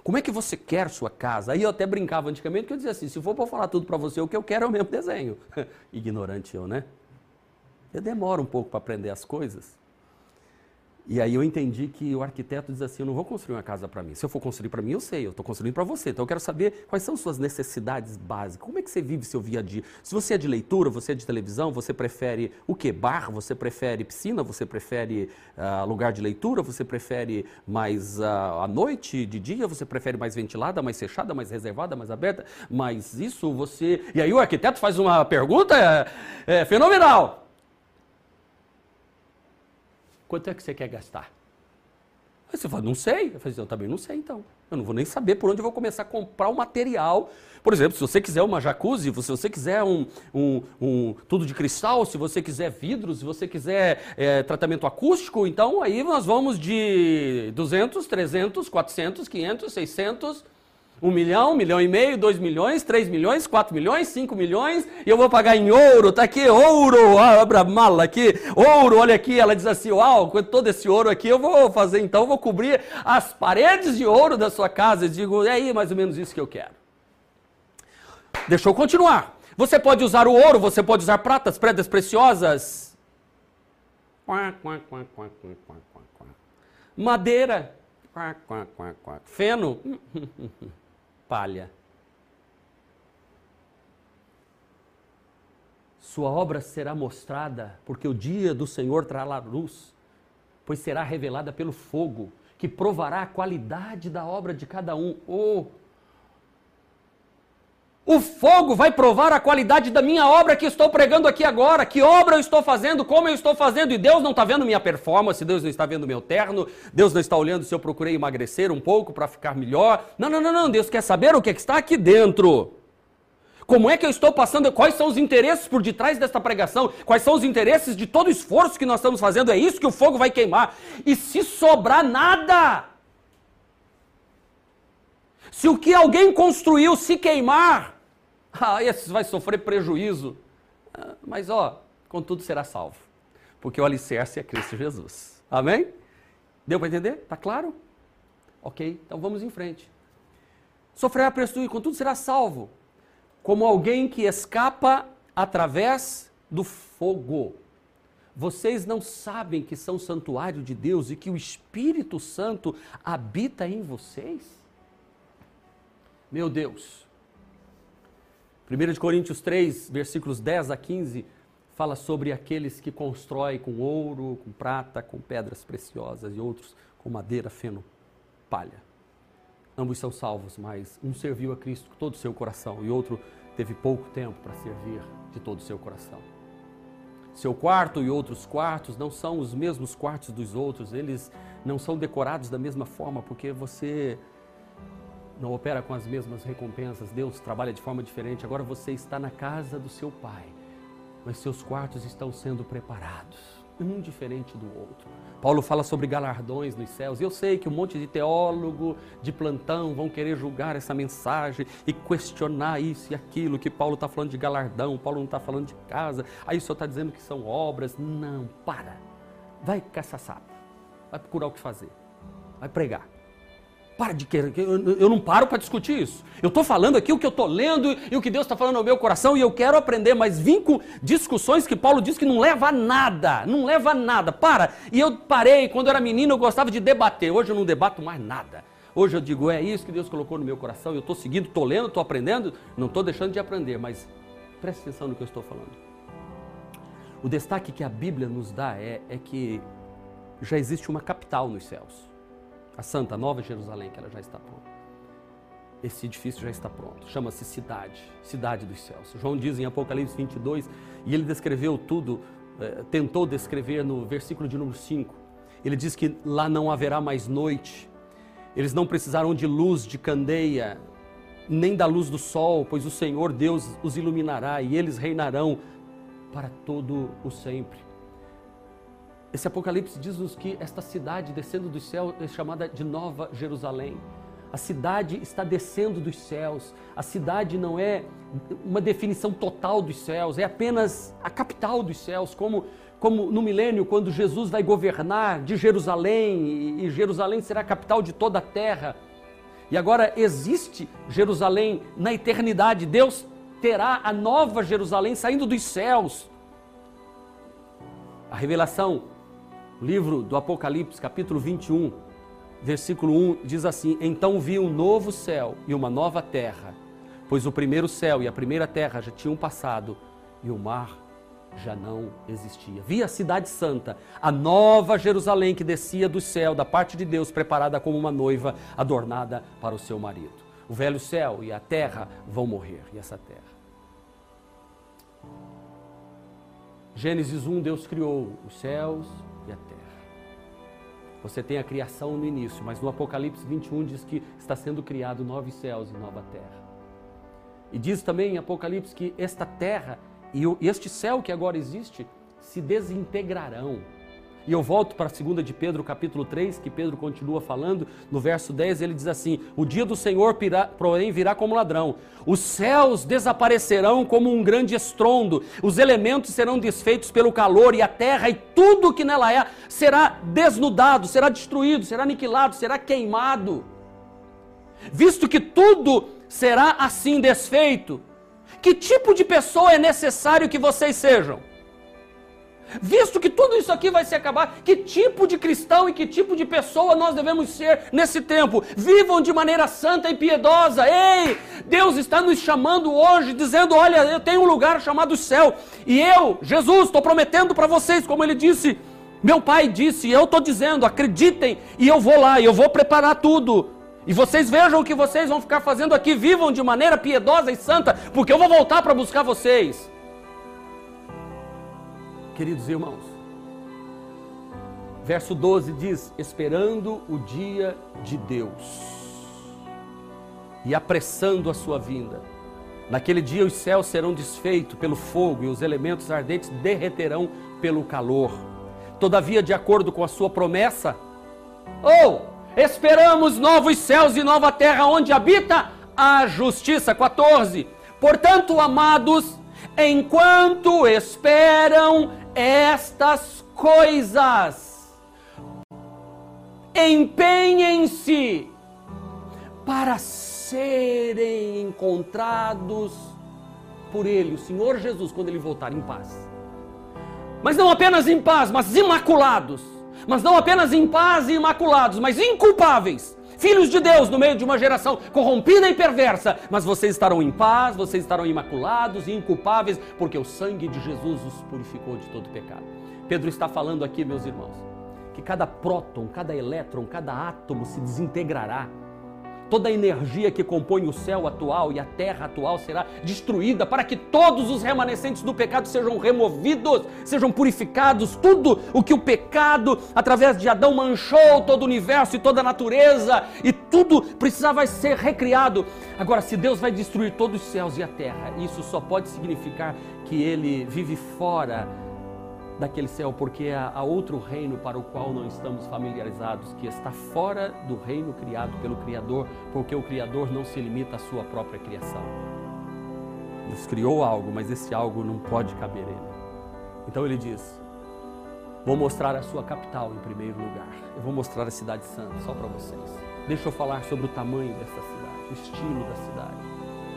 Como é que você quer sua casa? Aí eu até brincava antigamente, que eu dizia assim, se for para falar tudo para você, o que eu quero é o mesmo desenho. Ignorante eu, né? Eu demoro um pouco para aprender as coisas. E aí eu entendi que o arquiteto diz assim, eu não vou construir uma casa para mim. Se eu for construir para mim, eu sei, eu estou construindo para você. Então eu quero saber quais são suas necessidades básicas. Como é que você vive seu dia a dia? Se você é de leitura, você é de televisão, você prefere o quê? Bar? Você prefere piscina? Você prefere lugar de leitura? Você prefere mais à noite, de dia? Você prefere mais ventilada, mais fechada, mais reservada, mais aberta? Mas isso você... E aí o arquiteto faz uma pergunta fenomenal. Quanto é que você quer gastar? Aí você fala, não sei. Eu falei, eu também não sei então. Eu não vou nem saber por onde eu vou começar a comprar o material. Por exemplo, se você quiser uma jacuzzi, se você quiser tudo de cristal, se você quiser vidros, se você quiser tratamento acústico, então aí nós vamos de 200, 300, 400, 500, 600... 1 milhão, 1,5 milhão, 2 milhões, 3 milhões, 4 milhões, 5 milhões, e eu vou pagar em ouro, tá aqui, ouro, abra a mala aqui, ouro, olha aqui, ela diz assim, uau, com todo esse ouro aqui eu vou fazer então, eu vou cobrir as paredes de ouro da sua casa, eu digo, é aí mais ou menos isso que eu quero. Deixa eu continuar. Você pode usar o ouro, você pode usar pratas, pedras preciosas, madeira, feno, palha. Sua obra será mostrada, porque o dia do Senhor trará luz, pois será revelada pelo fogo, que provará a qualidade da obra de cada um. O fogo vai provar a qualidade da minha obra que estou pregando aqui agora. Que obra eu estou fazendo, como eu estou fazendo. E Deus não está vendo minha performance, Deus não está vendo meu terno, Deus não está olhando se eu procurei emagrecer um pouco para ficar melhor. Não. Deus quer saber o que está aqui dentro. Como é que eu estou passando, quais são os interesses por detrás desta pregação, quais são os interesses de todo o esforço que nós estamos fazendo. É isso que o fogo vai queimar. E se sobrar nada, se o que alguém construiu se queimar, esse vai sofrer prejuízo. Mas, contudo será salvo. Porque o alicerce é Cristo Jesus. Amém? Deu para entender? Está claro? Ok, então vamos em frente. Sofrerá prejuízo, contudo será salvo. Como alguém que escapa através do fogo. Vocês não sabem que são santuário de Deus e que o Espírito Santo habita em vocês? Meu Deus. 1 Coríntios 3, versículos 10 a 15, fala sobre aqueles que constroem com ouro, com prata, com pedras preciosas e outros com madeira, feno, palha. Ambos são salvos, mas um serviu a Cristo com todo o seu coração e outro teve pouco tempo para servir de todo o seu coração. Seu quarto e outros quartos não são os mesmos quartos dos outros, eles não são decorados da mesma forma, porque você não opera com as mesmas recompensas, Deus trabalha de forma diferente. Agora você está na casa do seu Pai, mas seus quartos estão sendo preparados, um diferente do outro. Paulo fala sobre galardões nos céus, e eu sei que um monte de teólogo de plantão vão querer julgar essa mensagem e questionar isso e aquilo, que Paulo está falando de galardão, Paulo não está falando de casa, aí o senhor está dizendo que são obras. Não, para, vai caçar sapo, vai procurar o que fazer, vai pregar. Para de querer, eu não paro para discutir isso. Eu estou falando aqui o que eu estou lendo e o que Deus está falando no meu coração e eu quero aprender, mas vim com discussões que Paulo diz que não leva a nada, para. E eu parei, quando eu era menino eu gostava de debater, hoje eu não debato mais nada. Hoje eu digo, é isso que Deus colocou no meu coração, eu estou seguindo, estou lendo, estou aprendendo, não estou deixando de aprender, mas preste atenção no que eu estou falando. O destaque que a Bíblia nos dá é que já existe uma capital nos céus. A Santa Nova Jerusalém, que ela já está pronta. Esse edifício já está pronto. Chama-se cidade dos céus. João diz em Apocalipse 22, e ele descreveu tudo, tentou descrever no versículo de número 5. Ele diz que lá não haverá mais noite. Eles não precisarão de luz de candeia, nem da luz do sol, pois o Senhor Deus os iluminará e eles reinarão para todo o sempre. Esse Apocalipse diz-nos que esta cidade descendo do céu é chamada de Nova Jerusalém. A cidade está descendo dos céus. A cidade não é uma definição total dos céus, é apenas a capital dos céus, como no milênio, quando Jesus vai governar de Jerusalém, e Jerusalém será a capital de toda a terra. E agora existe Jerusalém na eternidade. Deus terá a nova Jerusalém saindo dos céus. A revelação, o livro do Apocalipse, capítulo 21, versículo 1, diz assim: então vi um novo céu e uma nova terra, pois o primeiro céu e a primeira terra já tinham passado e o mar já não existia. Vi a cidade santa, a nova Jerusalém que descia do céu, da parte de Deus, preparada como uma noiva adornada para o seu marido. O velho céu e a terra vão morrer, e essa terra. Gênesis 1, Deus criou os céus e a terra. Você tem a criação no início, mas no Apocalipse 21 diz que está sendo criado novos céus e nova terra. E diz também em Apocalipse que esta terra e este céu que agora existe se desintegrarão. E eu volto para a 2 de Pedro, capítulo 3, que Pedro continua falando, no verso 10, ele diz assim: o dia do Senhor, porém, virá como ladrão. Os céus desaparecerão como um grande estrondo, os elementos serão desfeitos pelo calor, e a terra e tudo que nela é será desnudado, será destruído, será aniquilado, será queimado. Visto que tudo será assim desfeito, que tipo de pessoa é necessário que vocês sejam? Visto que tudo isso aqui vai se acabar, que tipo de cristão e que tipo de pessoa nós devemos ser nesse tempo? Vivam de maneira santa e piedosa. Ei, Deus está nos chamando hoje, dizendo: olha, eu tenho um lugar chamado céu, e eu, Jesus, estou prometendo para vocês, como ele disse, meu pai disse, e eu estou dizendo, acreditem, e eu vou lá, e eu vou preparar tudo. E vocês vejam o que vocês vão ficar fazendo aqui, vivam de maneira piedosa e santa, porque eu vou voltar para buscar vocês. Queridos irmãos, verso 12 diz: esperando o dia de Deus e apressando a sua vinda. Naquele dia os céus serão desfeitos pelo fogo e os elementos ardentes derreterão pelo calor. Todavia, de acordo com a sua promessa, esperamos novos céus e nova terra onde habita a justiça. 14. Portanto, amados, enquanto esperam estas coisas, empenhem-se para serem encontrados por Ele, o Senhor Jesus, quando Ele voltar em paz. Mas não apenas em paz, mas imaculados. Mas não apenas em paz e imaculados, mas inculpáveis. Filhos de Deus no meio de uma geração corrompida e perversa. Mas vocês estarão em paz, vocês estarão imaculados e inculpáveis, porque o sangue de Jesus os purificou de todo pecado. Pedro está falando aqui, meus irmãos, que cada próton, cada elétron, cada átomo se desintegrará. Toda a energia que compõe o céu atual e a terra atual será destruída para que todos os remanescentes do pecado sejam removidos, sejam purificados. Tudo o que o pecado, através de Adão, manchou todo o universo e toda a natureza, e tudo precisava ser recriado. Agora, se Deus vai destruir todos os céus e a terra, isso só pode significar que Ele vive fora daquele céu, porque há outro reino para o qual não estamos familiarizados, que está fora do reino criado pelo Criador, porque o Criador não se limita à sua própria criação. Deus criou algo, mas esse algo não pode caber Ele. Então Ele diz: vou mostrar a sua capital em primeiro lugar, eu vou mostrar a cidade santa só para vocês. Deixa eu falar sobre o tamanho dessa cidade, o estilo da cidade.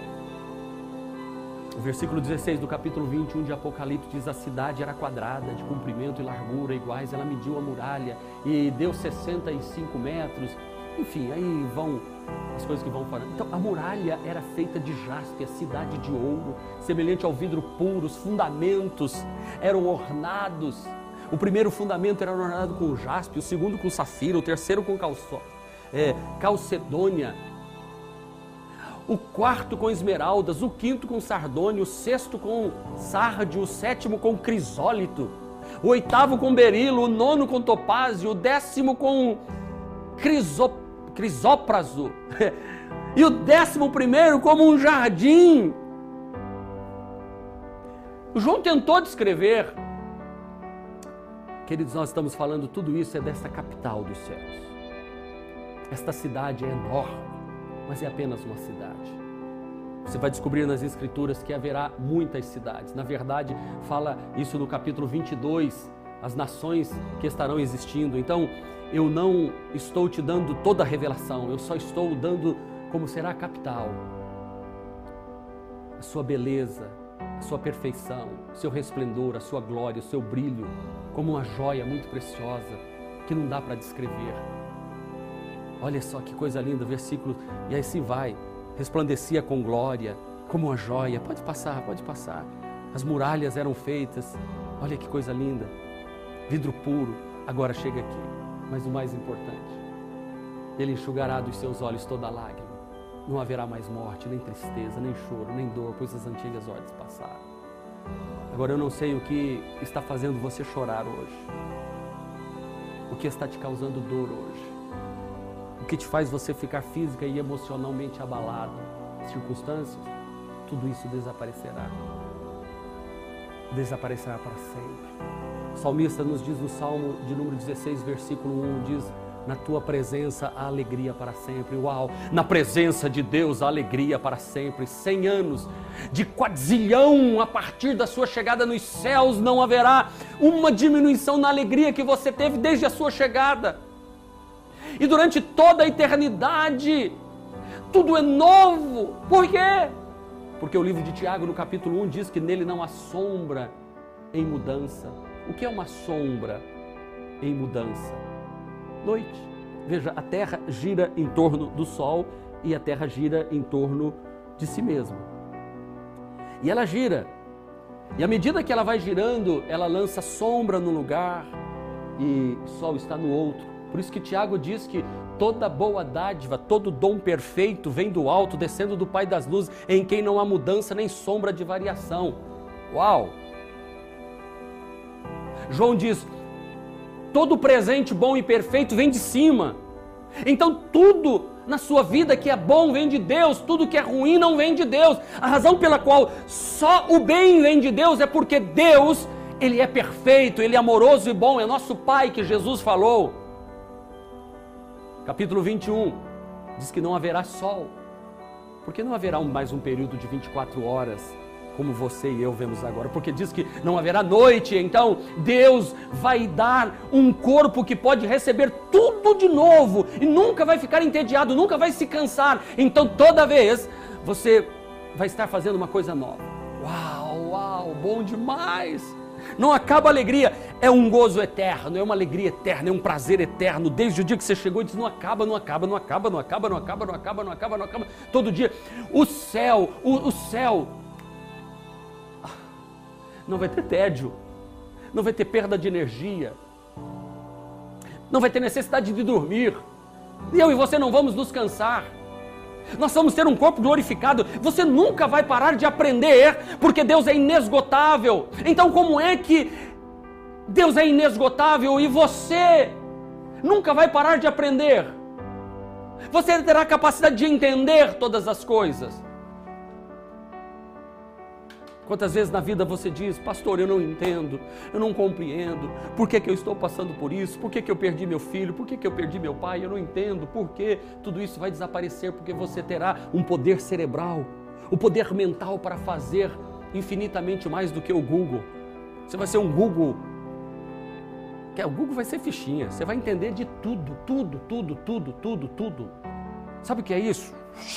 O versículo 16 do capítulo 21 de Apocalipse diz: a cidade era quadrada, de comprimento e largura iguais, ela mediu a muralha e deu 65 metros, enfim, aí vão as coisas que vão falando. Então a muralha era feita de jaspe, a cidade de ouro, semelhante ao vidro puro, os fundamentos eram ornados. O primeiro fundamento era ornado com jaspe, o segundo com safira, o terceiro com calcedônia, o quarto com esmeraldas, o quinto com sardônio, o sexto com sárdio, o sétimo com crisólito, o oitavo com berilo, o nono com topázio, o décimo com crisópraso e o 11º como um jardim. O João tentou descrever. Queridos, nós estamos falando, tudo isso é dessa capital dos céus. Esta cidade é enorme, mas é apenas uma cidade. Você vai descobrir nas Escrituras que haverá muitas cidades. Na verdade, fala isso no capítulo 22, as nações que estarão existindo. Então, eu não estou te dando toda a revelação, eu só estou dando como será a capital. A sua beleza, a sua perfeição, o seu resplendor, a sua glória, o seu brilho, como uma joia muito preciosa, que não dá para descrever. Olha só que coisa linda, versículo, e aí assim vai, resplandecia com glória, como uma joia, pode passar, as muralhas eram feitas, olha que coisa linda, vidro puro, agora chega aqui, mas o mais importante, ele enxugará dos seus olhos toda lágrima, não haverá mais morte, nem tristeza, nem choro, nem dor, pois as antigas ordens passaram. Agora eu não sei o que está fazendo você chorar hoje, o que está te causando dor hoje, o que te faz você ficar física e emocionalmente abalado, circunstâncias, tudo isso desaparecerá para sempre. O salmista nos diz no Salmo de número 16, versículo 1, diz: na tua presença há alegria para sempre. Uau! Na presença de Deus há alegria para sempre. 100 anos de quadrilhão a partir da sua chegada nos céus, não haverá uma diminuição na alegria que você teve desde a sua chegada. E durante toda a eternidade, tudo é novo. Por quê? Porque o livro de Tiago, no capítulo 1, diz que nele não há sombra em mudança. O que é uma sombra em mudança? Noite. Veja, a terra gira em torno do sol e a terra gira em torno de si mesma. E ela gira. E à medida que ela vai girando, ela lança sombra num lugar e o sol está no outro. Por isso que Tiago diz que toda boa dádiva, todo dom perfeito vem do alto, descendo do Pai das luzes, em quem não há mudança nem sombra de variação. Uau! João diz: todo presente bom e perfeito vem de cima. Então tudo na sua vida que é bom vem de Deus, tudo que é ruim não vem de Deus. A razão pela qual só o bem vem de Deus é porque Deus, Ele é perfeito, Ele é amoroso e bom, é nosso Pai que Jesus falou. Capítulo 21, diz que não haverá sol, porque não haverá mais um período de 24 horas, como você e eu vemos agora, porque diz que não haverá noite, então Deus vai dar um corpo que pode receber tudo de novo, e nunca vai ficar entediado, nunca vai se cansar, então toda vez você vai estar fazendo uma coisa nova. Uau, bom demais! Não acaba a alegria, é um gozo eterno, é uma alegria eterna, é um prazer eterno, desde o dia que você chegou e diz, não acaba, todo dia. O céu, não vai ter tédio, não vai ter perda de energia, não vai ter necessidade de dormir, e eu e você não vamos nos cansar. Nós vamos ter um corpo glorificado. Você nunca vai parar de aprender, porque Deus é inesgotável. Então como é que Deus é inesgotável e você nunca vai parar de aprender? Você terá a capacidade de entender todas as coisas. Quantas vezes na vida você diz, pastor, eu não entendo, eu não compreendo, por que eu estou passando por isso, por que eu perdi meu filho, por que eu perdi meu pai, eu não entendo, por que tudo isso vai desaparecer, porque você terá um poder cerebral, o poder mental para fazer infinitamente mais do que o Google. Você vai ser um Google, o Google vai ser fichinha, você vai entender de tudo. Sabe o que é isso?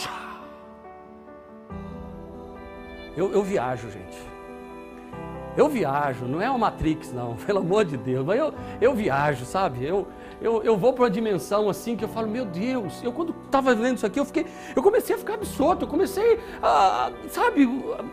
Eu viajo, gente. Eu viajo, não é uma Matrix, não, pelo amor de Deus. Mas eu viajo, sabe? Eu vou para uma dimensão assim que eu falo, meu Deus. Eu quando estava lendo isso aqui, eu comecei a ficar absorto. Eu comecei a, sabe?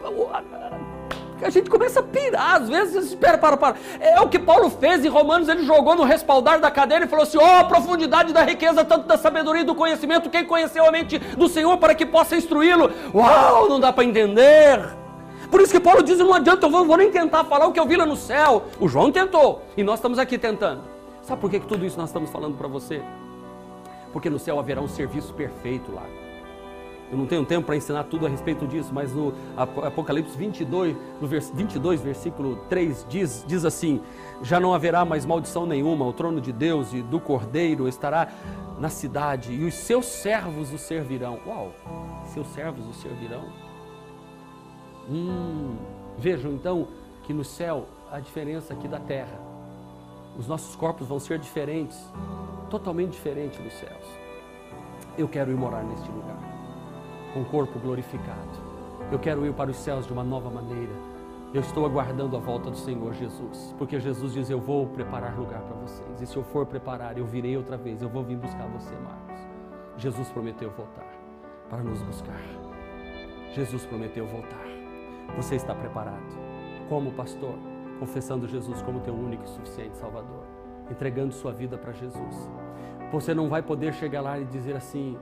A gente começa a pirar, às vezes, espera, para. É o que Paulo fez em Romanos, ele jogou no respaldar da cadeira e falou assim, a profundidade da riqueza, tanto da sabedoria e do conhecimento, quem conheceu a mente do Senhor para que possa instruí-lo? Uau, não dá para entender. Por isso que Paulo diz, não adianta, eu vou nem tentar falar o que eu vi lá no céu. O João tentou, e nós estamos aqui tentando. Sabe por que tudo isso nós estamos falando para você? Porque no céu haverá um serviço perfeito lá. Eu não tenho tempo para ensinar tudo a respeito disso, mas no Apocalipse 22, no 22, versículo 3, diz assim, já não haverá mais maldição nenhuma, o trono de Deus e do Cordeiro estará na cidade e os seus servos o servirão. Uau, seus servos o servirão? Vejam então que no céu há diferença aqui da terra. Os nossos corpos vão ser diferentes, totalmente diferentes nos céus. Eu quero ir morar neste lugar, com o corpo glorificado. Eu quero ir para os céus de uma nova maneira. Eu estou aguardando a volta do Senhor Jesus, porque Jesus diz, eu vou preparar lugar para vocês. E se eu for preparar, eu virei outra vez, eu vou vir buscar você, Marcos. Jesus prometeu voltar para nos buscar. Jesus prometeu voltar. Você está preparado? Como pastor, confessando Jesus como teu único e suficiente Salvador, entregando sua vida para Jesus. Você não vai poder chegar lá e dizer assim,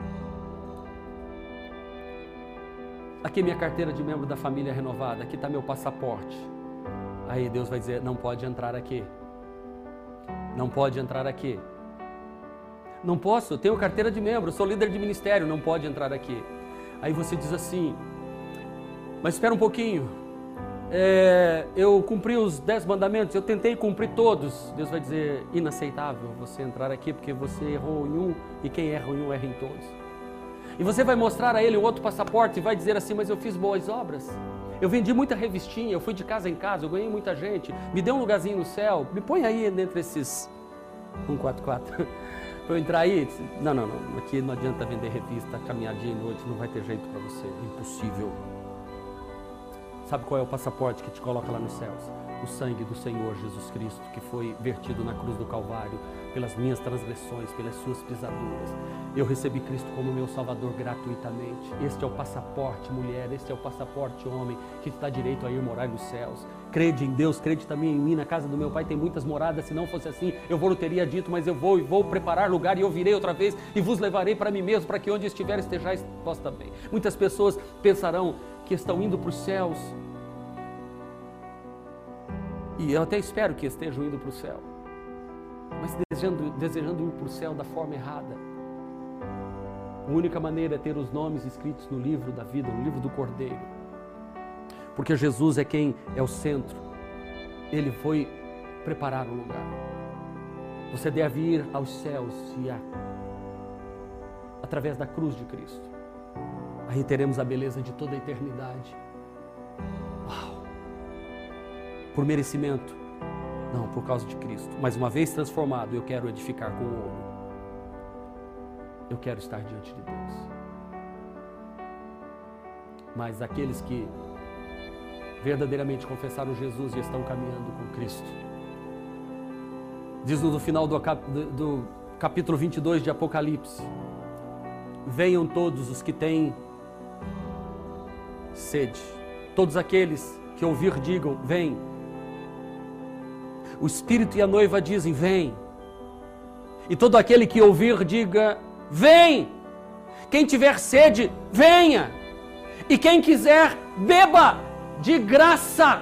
aqui é minha carteira de membro da família renovada, aqui está meu passaporte. Aí Deus vai dizer, não pode entrar aqui. Não pode entrar aqui. Não posso, eu tenho carteira de membro, sou líder de ministério, não pode entrar aqui. Aí você diz assim, mas espera um pouquinho, eu cumpri os 10 mandamentos, eu tentei cumprir todos. Deus vai dizer, inaceitável você entrar aqui, porque você errou em um, e quem erra em um erra em todos. E você vai mostrar a ele o outro passaporte e vai dizer assim, mas eu fiz boas obras, eu vendi muita revistinha, eu fui de casa em casa, eu ganhei muita gente, me dê um lugarzinho no céu, me põe aí entre esses 144, para eu entrar aí. Não, aqui não adianta vender revista, caminhar dia e noite, não vai ter jeito para você, impossível. Sabe qual é o passaporte que te coloca lá nos céus? O sangue do Senhor Jesus Cristo, que foi vertido na cruz do Calvário, pelas minhas transgressões, pelas suas pisaduras. Eu recebi Cristo como meu Salvador gratuitamente. Este é o passaporte, mulher, este é o passaporte, homem, que te dá direito a ir morar nos céus. Crede em Deus, crede também em mim. Na casa do meu Pai tem muitas moradas, se não fosse assim, eu não teria dito, mas eu vou preparar lugar, e eu virei outra vez e vos levarei para mim mesmo, para que onde estiver estejais vós também. Muitas pessoas pensarão que estão indo para os céus, e eu até espero que estejam indo para o céu, mas desejando ir para o céu da forma errada. A única maneira é ter os nomes escritos no livro da vida, no livro do Cordeiro, porque Jesus é quem é o centro. Ele foi preparar o lugar. Você deve ir aos céus e através da cruz de Cristo. Aí teremos a beleza de toda a eternidade. Uau! Por merecimento? Não, por causa de Cristo. Mas uma vez transformado, eu quero edificar com o ouro. Eu quero estar diante de Deus. Mas aqueles que verdadeiramente confessaram Jesus e estão caminhando com Cristo, diz no final do capítulo 22 de Apocalipse, venham todos os que têm sede, todos aqueles que ouvir digam, vem. O Espírito e a noiva dizem, vem. E todo aquele que ouvir diga, vem. Quem tiver sede, venha. E quem quiser, beba de graça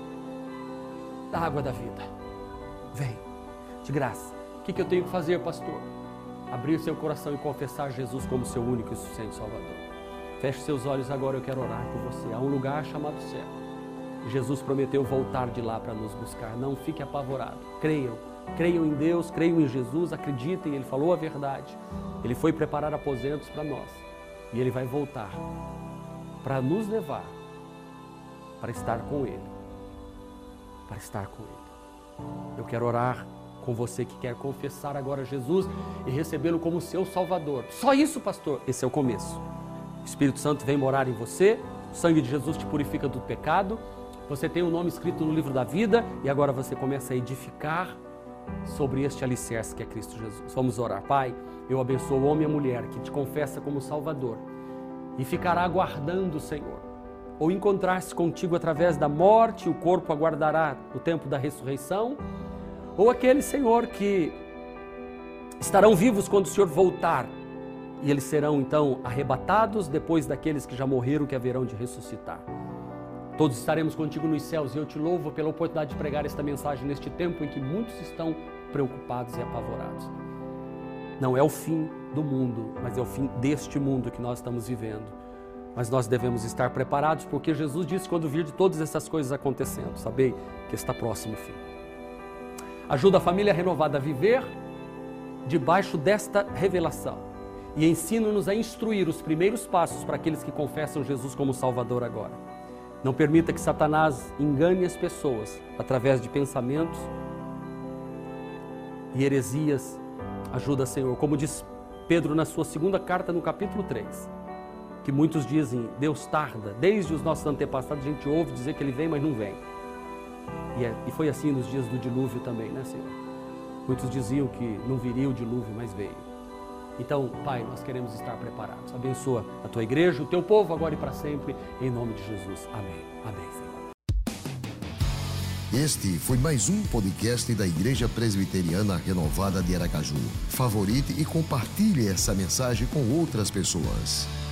da água da vida. Vem, de graça. O que eu tenho que fazer, pastor? Abrir seu coração e confessar Jesus como seu único e suficiente Salvador. Feche seus olhos agora, eu quero orar por você. Há um lugar chamado céu. Jesus prometeu voltar de lá para nos buscar. Não fique apavorado. Creiam em Deus, creiam em Jesus, acreditem, Ele falou a verdade. Ele foi preparar aposentos para nós. E Ele vai voltar para nos levar, para estar com Ele. Para estar com Ele. Eu quero orar com você que quer confessar agora Jesus e recebê-lo como seu Salvador. Só isso, pastor? Esse é o começo. O Espírito Santo vem morar em você, o sangue de Jesus te purifica do pecado, você tem o nome escrito no livro da vida e agora você começa a edificar sobre este alicerce que é Cristo Jesus. Vamos orar. Pai, eu abençoo o homem e a mulher que te confessa como Salvador e ficará aguardando o Senhor, ou encontrar-se contigo através da morte, o corpo aguardará o tempo da ressurreição, ou aqueles, Senhor, que estarão vivos quando o Senhor voltar, e eles serão então arrebatados depois daqueles que já morreram, que haverão de ressuscitar. Todos estaremos contigo nos céus, e eu te louvo pela oportunidade de pregar esta mensagem neste tempo em que muitos estão preocupados e apavorados. Não é o fim do mundo, mas é o fim deste mundo que nós estamos vivendo. Mas nós devemos estar preparados, porque Jesus disse quando vir de todas essas coisas acontecendo, sabei que está próximo o fim. Ajuda a família renovada a viver debaixo desta revelação e ensina-nos a instruir os primeiros passos para aqueles que confessam Jesus como Salvador agora. Não permita que Satanás engane as pessoas através de pensamentos e heresias. Ajuda, Senhor, como diz Pedro na sua segunda carta, no capítulo 3, que muitos dizem, Deus tarda, desde os nossos antepassados a gente ouve dizer que Ele vem, mas não vem. E foi assim nos dias do dilúvio também, né, Senhor? Muitos diziam que não viria o dilúvio, mas veio. Então, Pai, nós queremos estar preparados. Abençoa a Tua igreja, o Teu povo, agora e para sempre, em nome de Jesus. Amém. Amém, Senhor. Este foi mais um podcast da Igreja Presbiteriana Renovada de Aracaju. Favorite e compartilhe essa mensagem com outras pessoas.